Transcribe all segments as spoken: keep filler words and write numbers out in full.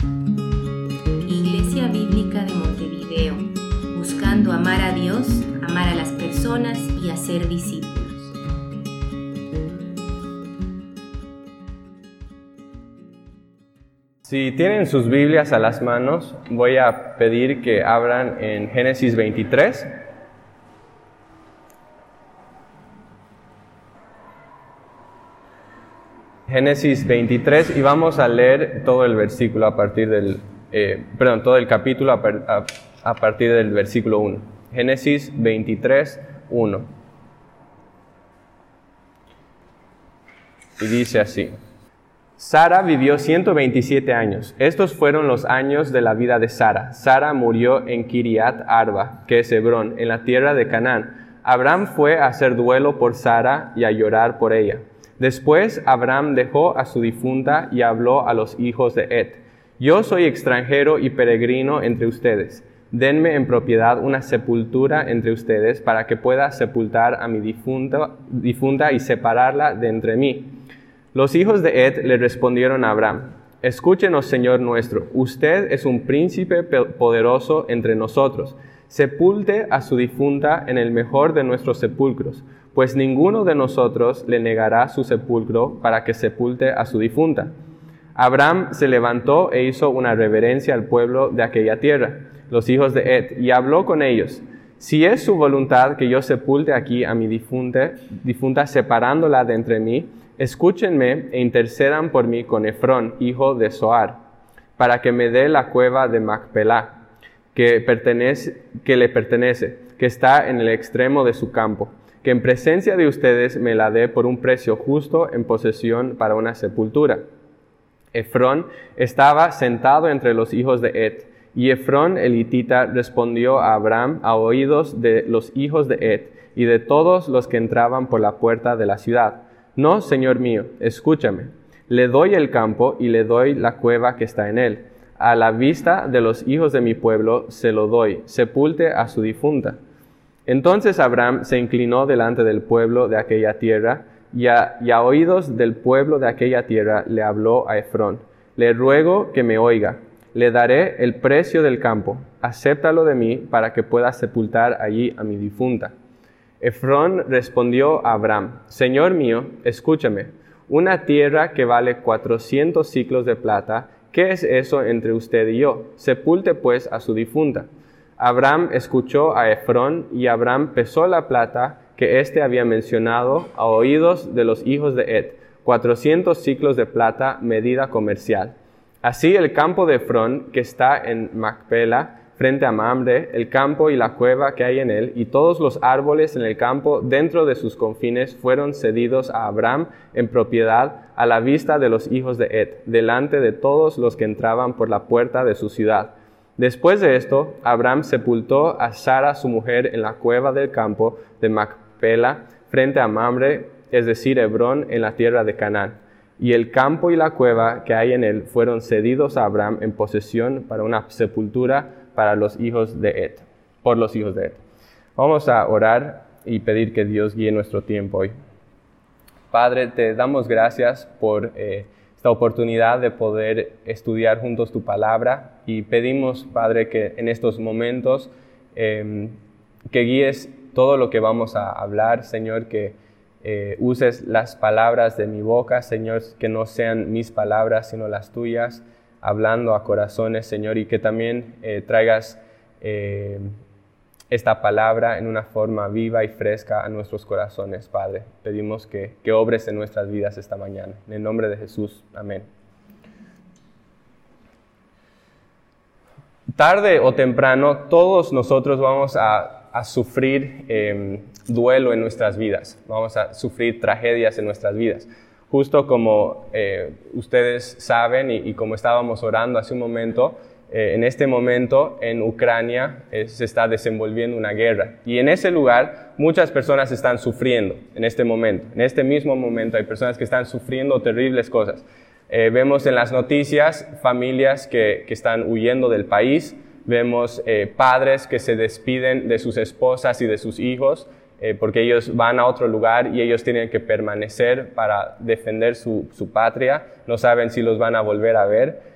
Iglesia Bíblica de Montevideo, buscando amar a Dios, amar a las personas y hacer discípulos. Si tienen sus Biblias a las manos, voy a pedir que abran en Génesis veintitrés. Génesis veintitrés, y vamos a leer todo el versículo a partir del, eh, perdón, todo el capítulo a, a, a partir del versículo uno. Génesis veintitrés, uno. Y dice así: Sara vivió ciento veintisiete años. Estos fueron los años de la vida de Sara. Sara murió en Kiriat Arba, que es Hebrón, en la tierra de Canaán. Abraham fue a hacer duelo por Sara y a llorar por ella. Después Abraham dejó a su difunta y habló a los hijos de Het: Yo soy extranjero y peregrino entre ustedes. Denme en propiedad una sepultura entre ustedes para que pueda sepultar a mi difunta, difunta y separarla de entre mí. Los hijos de Het le respondieron a Abraham: Escúchenos, Señor nuestro, usted es un príncipe poderoso entre nosotros. Sepulte a su difunta en el mejor de nuestros sepulcros, pues ninguno de nosotros le negará su sepulcro para que sepulte a su difunta. Abraham se levantó e hizo una reverencia al pueblo de aquella tierra, los hijos de Het, y habló con ellos: Si es su voluntad que yo sepulte aquí a mi difunta, difunta separándola de entre mí, escúchenme e intercedan por mí con Efrón, hijo de Zohar, para que me dé la cueva de Macpelá, que, pertenece, que le pertenece, que está en el extremo de su campo, que en presencia de ustedes me la dé por un precio justo en posesión para una sepultura. Efrón estaba sentado entre los hijos de Het, y Efrón el hitita respondió a Abraham a oídos de los hijos de Het y de todos los que entraban por la puerta de la ciudad: No, señor mío, escúchame. Le doy el campo y le doy la cueva que está en él. A la vista de los hijos de mi pueblo se lo doy, sepulte a su difunta. Entonces Abraham se inclinó delante del pueblo de aquella tierra, y a, y a oídos del pueblo de aquella tierra le habló a Efrón: Le ruego que me oiga, le daré el precio del campo, acéptalo de mí para que pueda sepultar allí a mi difunta. Efrón respondió a Abraham: Señor mío, escúchame, una tierra que vale cuatrocientos siclos de plata, ¿qué es eso entre usted y yo? Sepulte pues a su difunta. Abraham escuchó a Efrón, y Abraham pesó la plata que éste había mencionado a oídos de los hijos de Het, cuatrocientos siclos de plata, medida comercial. Así el campo de Efrón, que está en Macpela, frente a Mamre, el campo y la cueva que hay en él, y todos los árboles en el campo dentro de sus confines, fueron cedidos a Abraham en propiedad a la vista de los hijos de Het, delante de todos los que entraban por la puerta de su ciudad. Después de esto, Abraham sepultó a Sara su mujer en la cueva del campo de Macpela, frente a Mamre, es decir, Hebrón, en la tierra de Canaán. Y el campo y la cueva que hay en él fueron cedidos a Abraham en posesión para una sepultura para los hijos de Het, por los hijos de Het. Vamos a orar y pedir que Dios guíe nuestro tiempo hoy. Padre, te damos gracias por eh, esta oportunidad de poder estudiar juntos tu palabra, y pedimos, Padre, que en estos momentos eh, que guíes todo lo que vamos a hablar, Señor, que eh, uses las palabras de mi boca, Señor, que no sean mis palabras sino las tuyas, hablando a corazones, Señor, y que también eh, traigas eh, esta palabra en una forma viva y fresca a nuestros corazones, Padre. Pedimos que, que obres en nuestras vidas esta mañana. En el nombre de Jesús, amén. Tarde o temprano, todos nosotros vamos a, a sufrir eh, duelo en nuestras vidas. Vamos a sufrir tragedias en nuestras vidas. Justo como eh, ustedes saben y, y como estábamos orando hace un momento, eh, en este momento en Ucrania eh, se está desenvolviendo una guerra. Y en ese lugar muchas personas están sufriendo en este momento. En este mismo momento hay personas que están sufriendo terribles cosas. Eh, vemos en las noticias familias que, que están huyendo del país. Vemos eh, padres que se despiden de sus esposas y de sus hijos, Eh, porque ellos van a otro lugar y ellos tienen que permanecer para defender su, su patria. No saben si los van a volver a ver.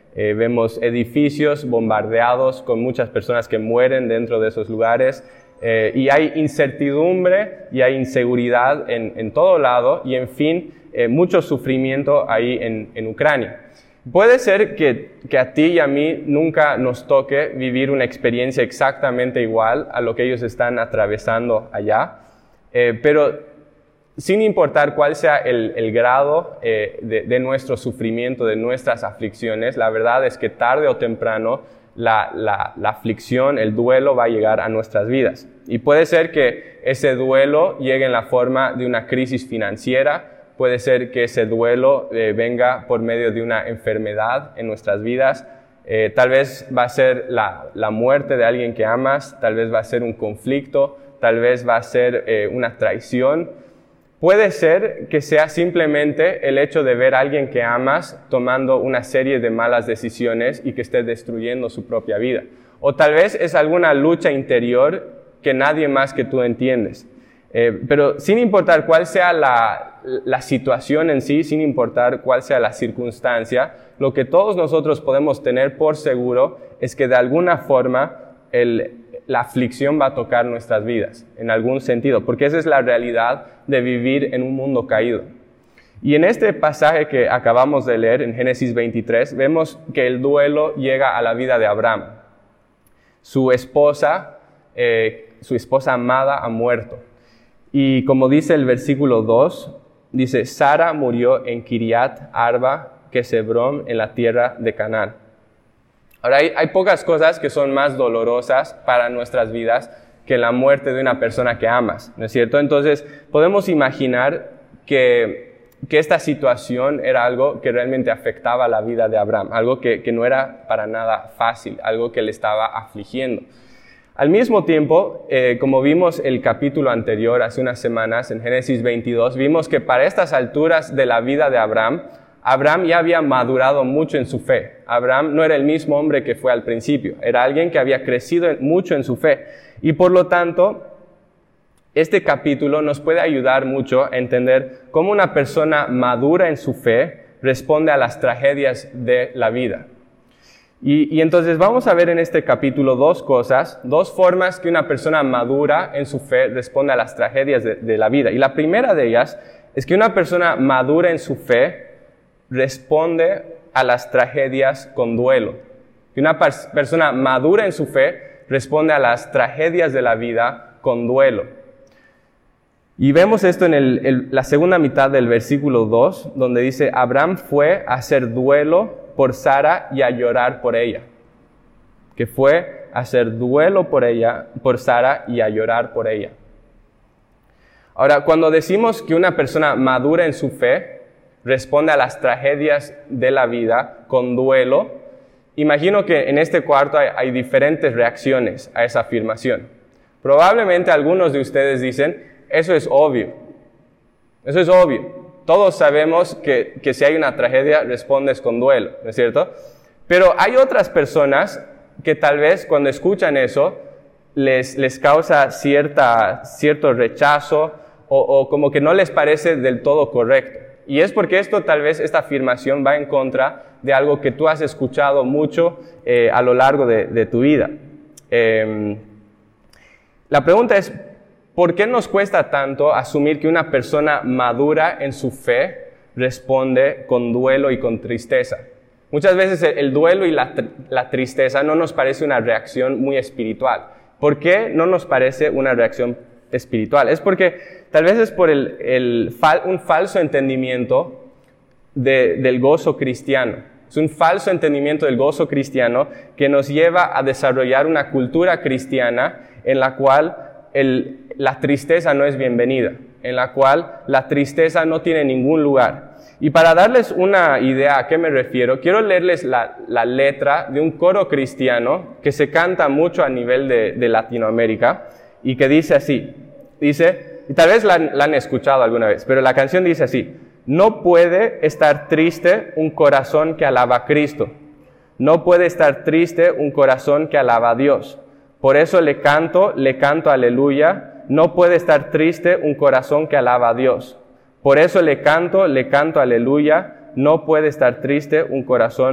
Eh, vemos edificios bombardeados con muchas personas que mueren dentro de esos lugares. Eh, y hay incertidumbre y hay inseguridad en, en todo lado y, en fin, eh, mucho sufrimiento ahí en, en Ucrania. Puede ser que, que a ti y a mí nunca nos toque vivir una experiencia exactamente igual a lo que ellos están atravesando allá, eh, pero sin importar cuál sea el, el grado eh, de, de nuestro sufrimiento, de nuestras aflicciones, la verdad es que tarde o temprano La, la, la aflicción, el duelo va a llegar a nuestras vidas. Y puede ser que ese duelo llegue en la forma de una crisis financiera, puede ser que ese duelo eh, venga por medio de una enfermedad en nuestras vidas, eh, tal vez va a ser la, la muerte de alguien que amas, tal vez va a ser un conflicto, tal vez va a ser eh, una traición. Puede ser que sea simplemente el hecho de ver a alguien que amas tomando una serie de malas decisiones y que esté destruyendo su propia vida. O tal vez es alguna lucha interior que nadie más que tú entiendes. Eh, pero sin importar cuál sea la, la situación en sí, sin importar cuál sea la circunstancia, lo que todos nosotros podemos tener por seguro es que de alguna forma el la aflicción va a tocar nuestras vidas, en algún sentido, porque esa es la realidad de vivir en un mundo caído. Y en este pasaje que acabamos de leer, en Génesis veintitrés, vemos que el duelo llega a la vida de Abraham. Su esposa, eh, su esposa amada ha muerto. Y como dice el versículo dos, dice, Sara murió en Kiriat Arba, que es Hebrón, en la tierra de Canaán. Ahora, hay, hay pocas cosas que son más dolorosas para nuestras vidas que la muerte de una persona que amas, ¿no es cierto? Entonces, podemos imaginar que, que esta situación era algo que realmente afectaba la vida de Abraham, algo que, que no era para nada fácil, algo que le estaba afligiendo. Al mismo tiempo, eh, como vimos el capítulo anterior, hace unas semanas, en Génesis veintidós, vimos que para estas alturas de la vida de Abraham, Abraham ya había madurado mucho en su fe. Abraham no era el mismo hombre que fue al principio. Era alguien que había crecido mucho en su fe. Y por lo tanto, este capítulo nos puede ayudar mucho a entender cómo una persona madura en su fe responde a las tragedias de la vida. Y, y entonces vamos a ver en este capítulo dos cosas, dos formas que una persona madura en su fe responde a las tragedias de, de la vida. Y la primera de ellas es que una persona madura en su fe responde a las tragedias con duelo. Que una persona madura en su fe responde a las tragedias de la vida con duelo. Y vemos esto en el, el, la segunda mitad del versículo dos, donde dice, Abraham fue a hacer duelo por Sara y a llorar por ella. Que fue a hacer duelo por ella, por Sara y a llorar por ella. Ahora, cuando decimos que una persona madura en su fe responde a las tragedias de la vida con duelo, imagino que en este cuarto hay, hay diferentes reacciones a esa afirmación. Probablemente algunos de ustedes dicen, eso es obvio, eso es obvio. Todos sabemos que, que si hay una tragedia respondes con duelo, ¿no es cierto? Pero hay otras personas que tal vez cuando escuchan eso les, les causa cierta, cierto rechazo o, o como que no les parece del todo correcto. Y es porque esto, tal vez, esta afirmación va en contra de algo que tú has escuchado mucho eh, a lo largo de, de tu vida. Eh, la pregunta es, ¿por qué nos cuesta tanto asumir que una persona madura en su fe responde con duelo y con tristeza? Muchas veces el, el duelo y la, la tristeza no nos parece una reacción muy espiritual. ¿Por qué no nos parece una reacción espiritual? Es porque tal vez es por el, el fal, un falso entendimiento de, del gozo cristiano. Es un falso entendimiento del gozo cristiano que nos lleva a desarrollar una cultura cristiana en la cual el, la tristeza no es bienvenida, en la cual la tristeza no tiene ningún lugar. Y para darles una idea a qué me refiero, quiero leerles la, la letra de un coro cristiano que se canta mucho a nivel de, de Latinoamérica y que dice así, dice, y tal vez la, la han escuchado alguna vez, pero la canción dice así: no puede estar triste un corazón que alaba a Cristo. No puede estar triste un corazón que alaba a Dios. Por eso le canto, le canto aleluya. No puede estar triste un corazón que alaba a Dios. Por eso le canto, le canto aleluya. No puede estar triste un corazón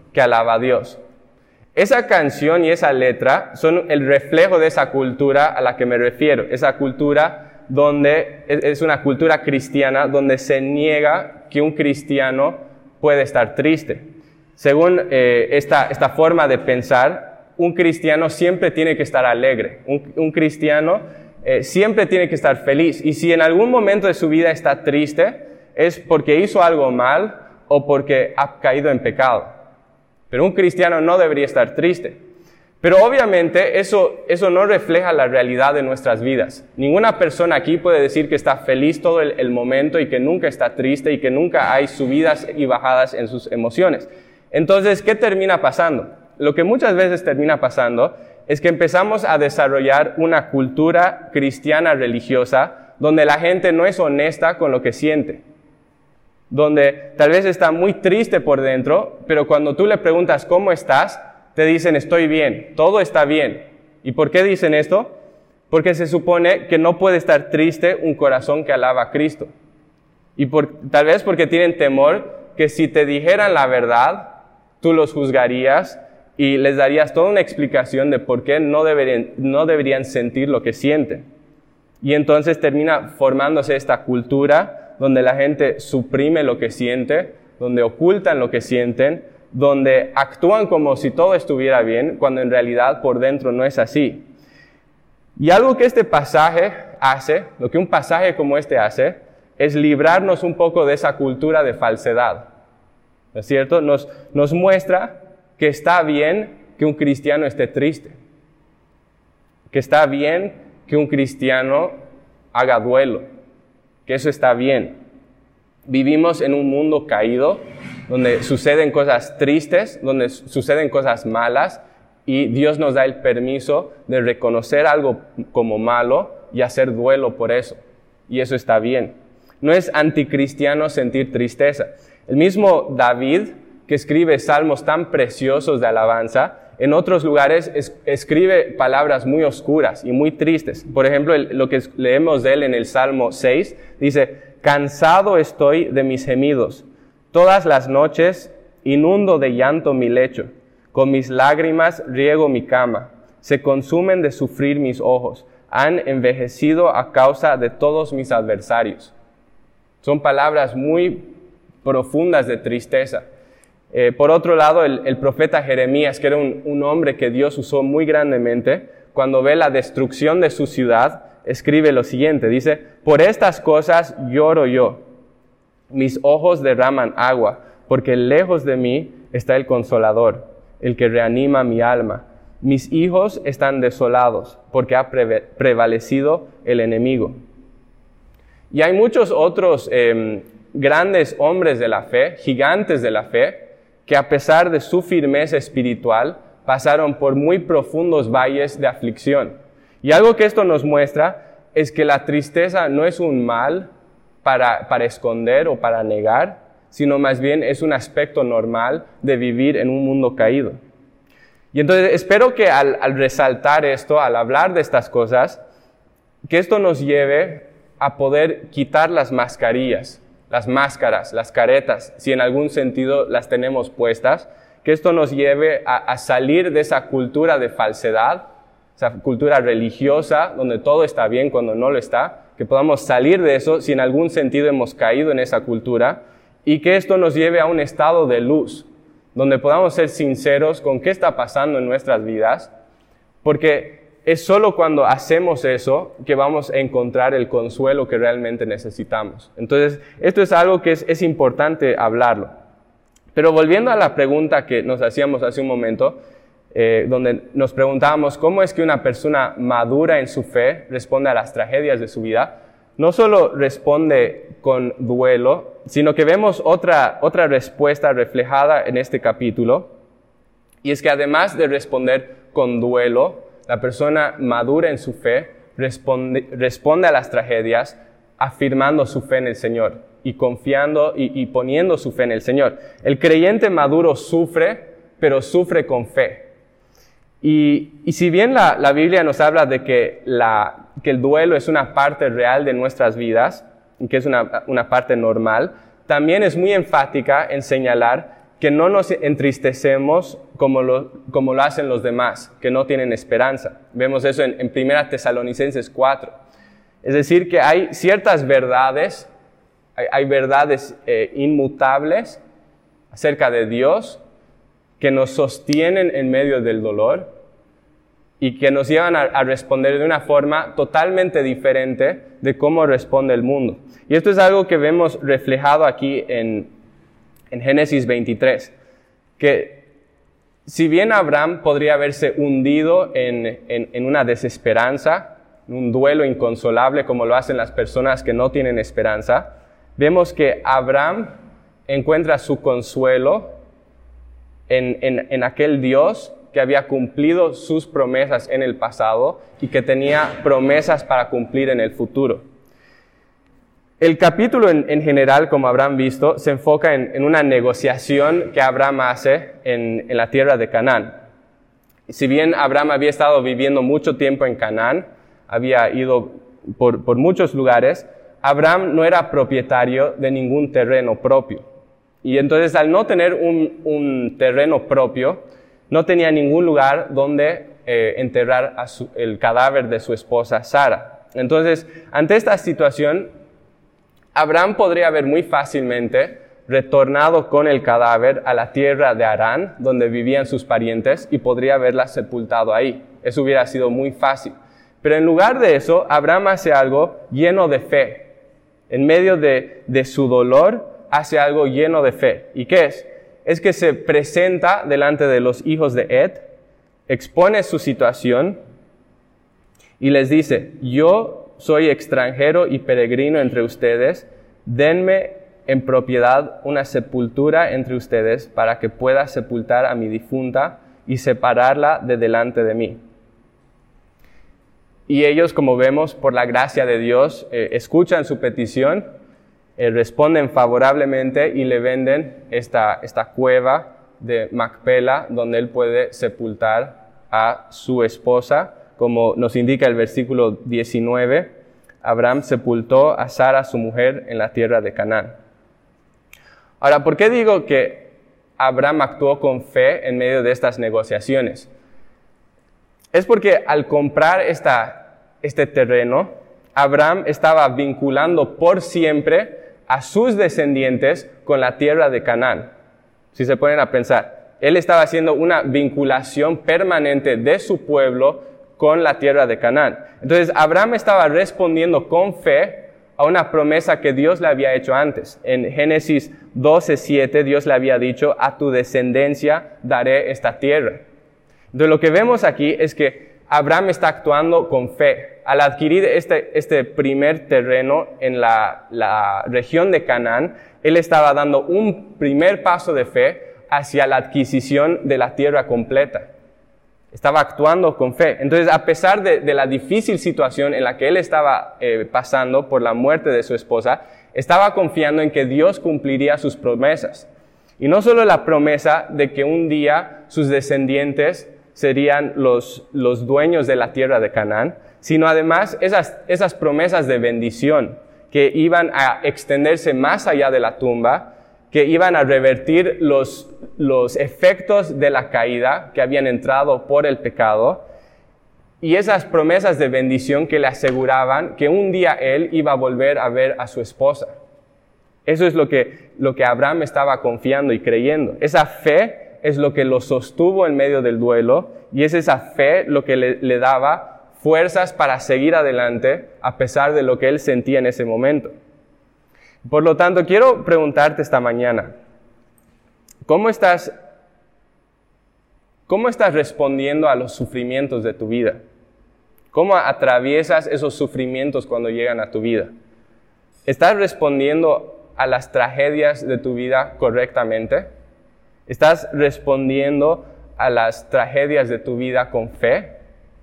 que alaba a Dios. Esa canción y esa letra son el reflejo de esa cultura a la que me refiero, esa cultura donde es una cultura cristiana donde se niega que un cristiano puede estar triste. Según eh, esta, esta forma de pensar, un cristiano siempre tiene que estar alegre, un, un cristiano eh, siempre tiene que estar feliz, y si en algún momento de su vida está triste, es porque hizo algo mal o porque ha caído en pecado. Pero un cristiano no debería estar triste. Pero obviamente eso, eso no refleja la realidad de nuestras vidas. Ninguna persona aquí puede decir que está feliz todo el, el momento y que nunca está triste y que nunca hay subidas y bajadas en sus emociones. Entonces, ¿qué termina pasando? Lo que muchas veces termina pasando es que empezamos a desarrollar una cultura cristiana religiosa donde la gente no es honesta con lo que siente, donde tal vez está muy triste por dentro, pero cuando tú le preguntas ¿cómo estás?, te dicen estoy bien, todo está bien. ¿Y por qué dicen esto? Porque se supone que no puede estar triste un corazón que alaba a Cristo. Y por, tal vez porque tienen temor que si te dijeran la verdad, tú los juzgarías y les darías toda una explicación de por qué no deberían, no deberían sentir lo que sienten. Y entonces termina formándose esta cultura donde la gente suprime lo que siente, donde ocultan lo que sienten, donde actúan como si todo estuviera bien, cuando en realidad por dentro no es así. Y algo que este pasaje hace, lo que un pasaje como este hace, es librarnos un poco de esa cultura de falsedad. ¿No es cierto? Nos, nos muestra que está bien que un cristiano esté triste, que está bien que un cristiano haga duelo, que eso está bien. Vivimos en un mundo caído, donde suceden cosas tristes, donde suceden cosas malas, y Dios nos da el permiso de reconocer algo como malo y hacer duelo por eso. Y eso está bien. No es anticristiano sentir tristeza. El mismo David, que escribe salmos tan preciosos de alabanza, en otros lugares es, escribe palabras muy oscuras y muy tristes. Por ejemplo, el, lo que leemos de él en el Salmo seis, dice, cansado estoy de mis gemidos. Todas las noches inundo de llanto mi lecho, con mis lágrimas riego mi cama, se consumen de sufrir mis ojos, han envejecido a causa de todos mis adversarios. Son palabras muy profundas de tristeza. Eh, por otro lado, el, el profeta Jeremías, que era un, un hombre que Dios usó muy grandemente, cuando ve la destrucción de su ciudad, escribe lo siguiente, dice, por estas cosas lloro yo. Mis ojos derraman agua, porque lejos de mí está el Consolador, el que reanima mi alma. Mis hijos están desolados, porque ha preve- prevalecido el enemigo. Y hay muchos otros eh, grandes hombres de la fe, gigantes de la fe, que a pesar de su firmeza espiritual, pasaron por muy profundos valles de aflicción. Y algo que esto nos muestra es que la tristeza no es un mal Para, para esconder o para negar, sino más bien es un aspecto normal de vivir en un mundo caído. Y entonces espero que al, al resaltar esto, al hablar de estas cosas, que esto nos lleve a poder quitar las mascarillas, las máscaras, las caretas, si en algún sentido las tenemos puestas, que esto nos lleve a, a salir de esa cultura de falsedad, esa cultura religiosa donde todo está bien cuando no lo está, que podamos salir de eso si en algún sentido hemos caído en esa cultura, y que esto nos lleve a un estado de luz, donde podamos ser sinceros con qué está pasando en nuestras vidas, porque es solo cuando hacemos eso que vamos a encontrar el consuelo que realmente necesitamos. Entonces, esto es algo que es, es importante hablarlo. Pero volviendo a la pregunta que nos hacíamos hace un momento, Eh, donde nos preguntábamos cómo es que una persona madura en su fe responde a las tragedias de su vida, no solo responde con duelo, sino que vemos otra, otra respuesta reflejada en este capítulo, y es que además de responder con duelo, la persona madura en su fe responde, responde a las tragedias afirmando su fe en el Señor y confiando y, y poniendo su fe en el Señor. El creyente maduro sufre, pero sufre con fe. Y, y si bien la, la Biblia nos habla de que, la, que el duelo es una parte real de nuestras vidas, y que es una, una parte normal, también es muy enfática en señalar que no nos entristecemos como lo, como lo hacen los demás, que no tienen esperanza. Vemos eso en, en Primera Tesalonicenses cuatro. Es decir, que hay ciertas verdades, hay, hay verdades eh, inmutables acerca de Dios que nos sostienen en medio del dolor y que nos llevan a, a responder de una forma totalmente diferente de cómo responde el mundo. Y esto es algo que vemos reflejado aquí en, en Génesis veintitrés, que si bien Abraham podría haberse hundido en, en, en una desesperanza, un duelo inconsolable como lo hacen las personas que no tienen esperanza, vemos que Abraham encuentra su consuelo en, en, en aquel Dios que había cumplido sus promesas en el pasado y que tenía promesas para cumplir en el futuro. El capítulo en, en general, como habrán visto, se enfoca en, en una negociación que Abraham hace en, en la tierra de Canaán. Si bien Abraham había estado viviendo mucho tiempo en Canaán, había ido por, por muchos lugares, Abraham no era propietario de ningún terreno propio. Y entonces, al no tener un, un terreno propio, no tenía ningún lugar donde eh, enterrar a su, el cadáver de su esposa Sara. Entonces, ante esta situación, Abraham podría haber muy fácilmente retornado con el cadáver a la tierra de Harán, donde vivían sus parientes, y podría haberla sepultado ahí. Eso hubiera sido muy fácil. Pero en lugar de eso, Abraham hace algo lleno de fe. En medio de, de su dolor, hace algo lleno de fe. ¿Y qué es? Es que se presenta delante de los hijos de Ed, expone su situación y les dice: yo soy extranjero y peregrino entre ustedes, denme en propiedad una sepultura entre ustedes para que pueda sepultar a mi difunta y separarla de delante de mí. Y ellos, como vemos, por la gracia de Dios, eh, escuchan su petición, eh, responden favorablemente y le venden esta, esta cueva de Macpela, donde él puede sepultar a su esposa. Como nos indica el versículo diecinueve, Abraham sepultó a Sara, su mujer, en la tierra de Canaán. Ahora, ¿por qué digo que Abraham actuó con fe en medio de estas negociaciones? Es porque al comprar esta, este terreno, Abraham estaba vinculando por siempre a sus descendientes con la tierra de Canaán. Si se ponen a pensar, él estaba haciendo una vinculación permanente de su pueblo con la tierra de Canaán. Entonces, Abraham estaba respondiendo con fe a una promesa que Dios le había hecho antes. En Génesis doce siete, Dios le había dicho: a tu descendencia daré esta tierra. Entonces, lo que vemos aquí es que Abraham está actuando con fe. Al adquirir este, este primer terreno en la, la región de Canaán, él estaba dando un primer paso de fe hacia la adquisición de la tierra completa. Estaba actuando con fe. Entonces, a pesar de, de la difícil situación en la que él estaba eh, pasando por la muerte de su esposa, estaba confiando en que Dios cumpliría sus promesas. Y no solo la promesa de que un día sus descendientes serían los, los dueños de la tierra de Canaán, sino además esas, esas promesas de bendición que iban a extenderse más allá de la tumba, que iban a revertir los, los efectos de la caída que habían entrado por el pecado, y esas promesas de bendición que le aseguraban que un día él iba a volver a ver a su esposa. Eso es lo que, lo que Abraham estaba confiando y creyendo. Esa fe es lo que lo sostuvo en medio del duelo, y es esa fe lo que le, le daba fuerzas para seguir adelante a pesar de lo que él sentía en ese momento. Por lo tanto, quiero preguntarte esta mañana, ¿cómo estás, cómo estás respondiendo a los sufrimientos de tu vida? ¿Cómo atraviesas esos sufrimientos cuando llegan a tu vida? ¿Estás respondiendo a las tragedias de tu vida correctamente? ¿Estás respondiendo a las tragedias de tu vida con fe?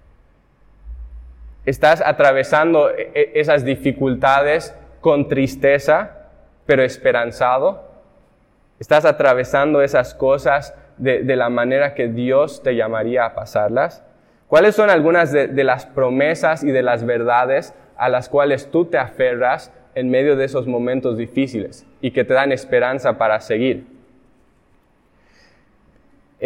¿Estás atravesando esas dificultades con tristeza, pero esperanzado? ¿Estás atravesando esas cosas de, de la manera que Dios te llamaría a pasarlas? ¿Cuáles son algunas de, de las promesas y de las verdades a las cuales tú te aferras en medio de esos momentos difíciles y que te dan esperanza para seguir?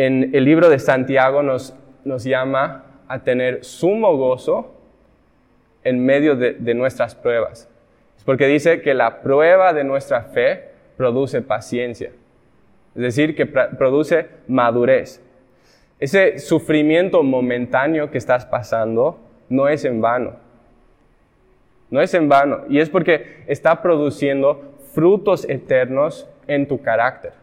en el libro de Santiago nos, nos llama a tener sumo gozo en medio de, de nuestras pruebas. Es porque dice que la prueba de nuestra fe produce paciencia. Es decir, que pra- produce madurez. Ese sufrimiento momentáneo que estás pasando no es en vano. No es en vano. Y es porque está produciendo frutos eternos en tu carácter.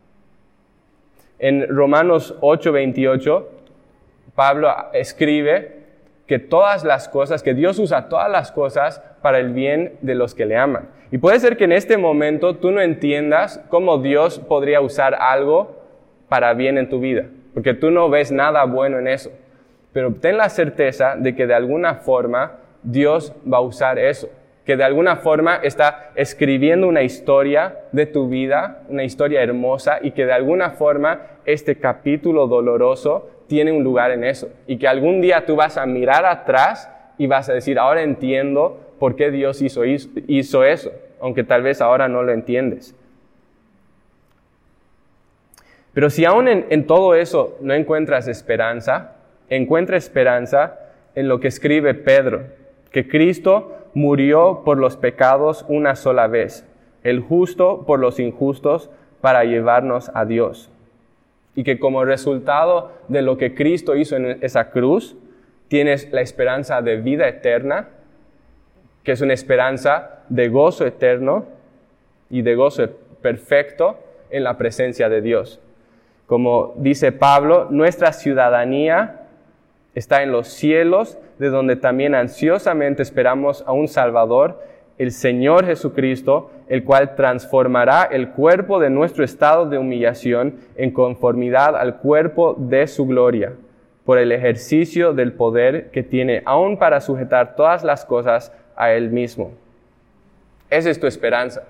En Romanos ocho veintiocho, Pablo escribe que todas las cosas, que Dios usa todas las cosas para el bien de los que le aman. Y puede ser que en este momento tú no entiendas cómo Dios podría usar algo para bien en tu vida, porque tú no ves nada bueno en eso. Pero ten la certeza de que de alguna forma Dios va a usar eso, que de alguna forma está escribiendo una historia de tu vida, una historia hermosa, y que de alguna forma este capítulo doloroso tiene un lugar en eso. Y que algún día tú vas a mirar atrás y vas a decir, ahora entiendo por qué Dios hizo, hizo eso, aunque tal vez ahora no lo entiendes. Pero si aún en, en todo eso no encuentras esperanza, encuentra esperanza en lo que escribe Pedro, que Cristo murió por los pecados una sola vez, el justo por los injustos, para llevarnos a Dios. Y que como resultado de lo que Cristo hizo en esa cruz, tienes la esperanza de vida eterna, que es una esperanza de gozo eterno y de gozo perfecto en la presencia de Dios. Como dice Pablo, nuestra ciudadanía está en los cielos, de donde también ansiosamente esperamos a un Salvador, el Señor Jesucristo, el cual transformará el cuerpo de nuestro estado de humillación en conformidad al cuerpo de su gloria, por el ejercicio del poder que tiene aún para sujetar todas las cosas a Él mismo. Esa es tu esperanza.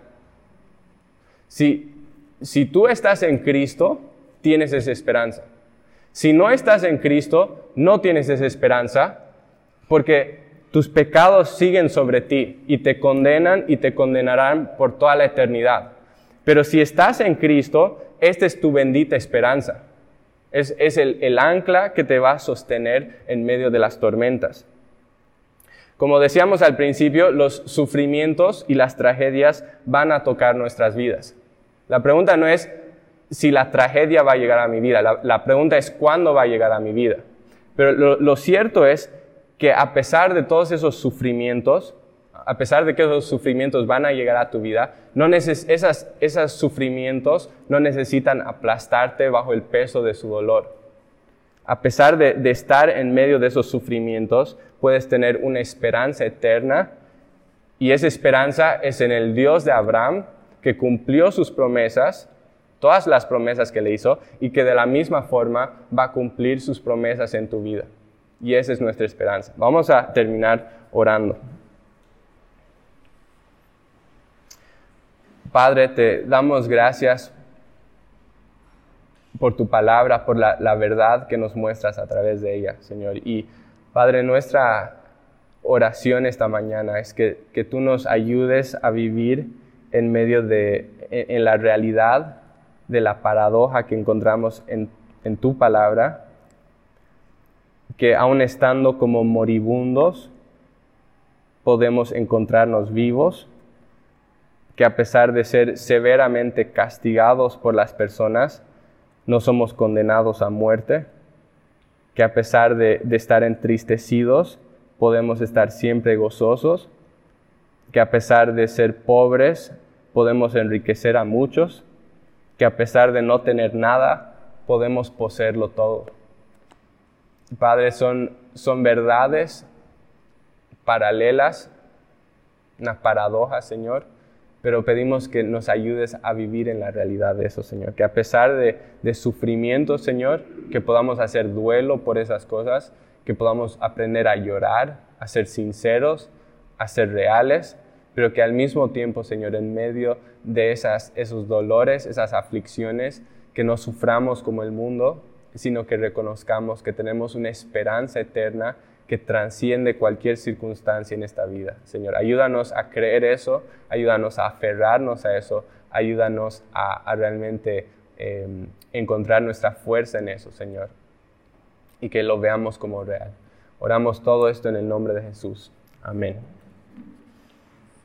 Si, si tú estás en Cristo, tienes esa esperanza. Si no estás en Cristo, no tienes esa esperanza, porque tus pecados siguen sobre ti y te condenan y te condenarán por toda la eternidad. Pero si estás en Cristo, esta es tu bendita esperanza. Es, es el, el ancla que te va a sostener en medio de las tormentas. Como decíamos al principio, los sufrimientos y las tragedias van a tocar nuestras vidas. La pregunta no es si la tragedia va a llegar a mi vida, la, la pregunta es cuándo va a llegar a mi vida. Pero lo, lo cierto es que a pesar de todos esos sufrimientos, a pesar de que esos sufrimientos van a llegar a tu vida, no neces- esas, esos sufrimientos no necesitan aplastarte bajo el peso de su dolor. A pesar de, de estar en medio de esos sufrimientos, puedes tener una esperanza eterna, y esa esperanza es en el Dios de Abraham, que cumplió sus promesas, todas las promesas que le hizo, y que de la misma forma va a cumplir sus promesas en tu vida. Y esa es nuestra esperanza. Vamos a terminar orando. Padre, te damos gracias por tu palabra, por la, la verdad que nos muestras a través de ella, Señor. Y Padre, nuestra oración esta mañana es que, que tú nos ayudes a vivir en medio de, en, en la realidad de la paradoja que encontramos en, en tu palabra, que aun estando como moribundos, podemos encontrarnos vivos, que a pesar de ser severamente castigados por las personas, no somos condenados a muerte, que a pesar de, de estar entristecidos, podemos estar siempre gozosos, que a pesar de ser pobres, podemos enriquecer a muchos, que a pesar de no tener nada, podemos poseerlo todo. Padre, son, son verdades paralelas, una paradoja, Señor, pero pedimos que nos ayudes a vivir en la realidad de eso, Señor. Que a pesar de, de sufrimiento, Señor, que podamos hacer duelo por esas cosas, que podamos aprender a llorar, a ser sinceros, a ser reales, pero que al mismo tiempo, Señor, en medio de esas, esos dolores, esas aflicciones, que no suframos como el mundo, sino que reconozcamos que tenemos una esperanza eterna que trasciende cualquier circunstancia en esta vida. Señor, ayúdanos a creer eso, ayúdanos a aferrarnos a eso, ayúdanos a, a realmente eh, encontrar nuestra fuerza en eso, Señor, y que lo veamos como real. Oramos todo esto en el nombre de Jesús. Amén.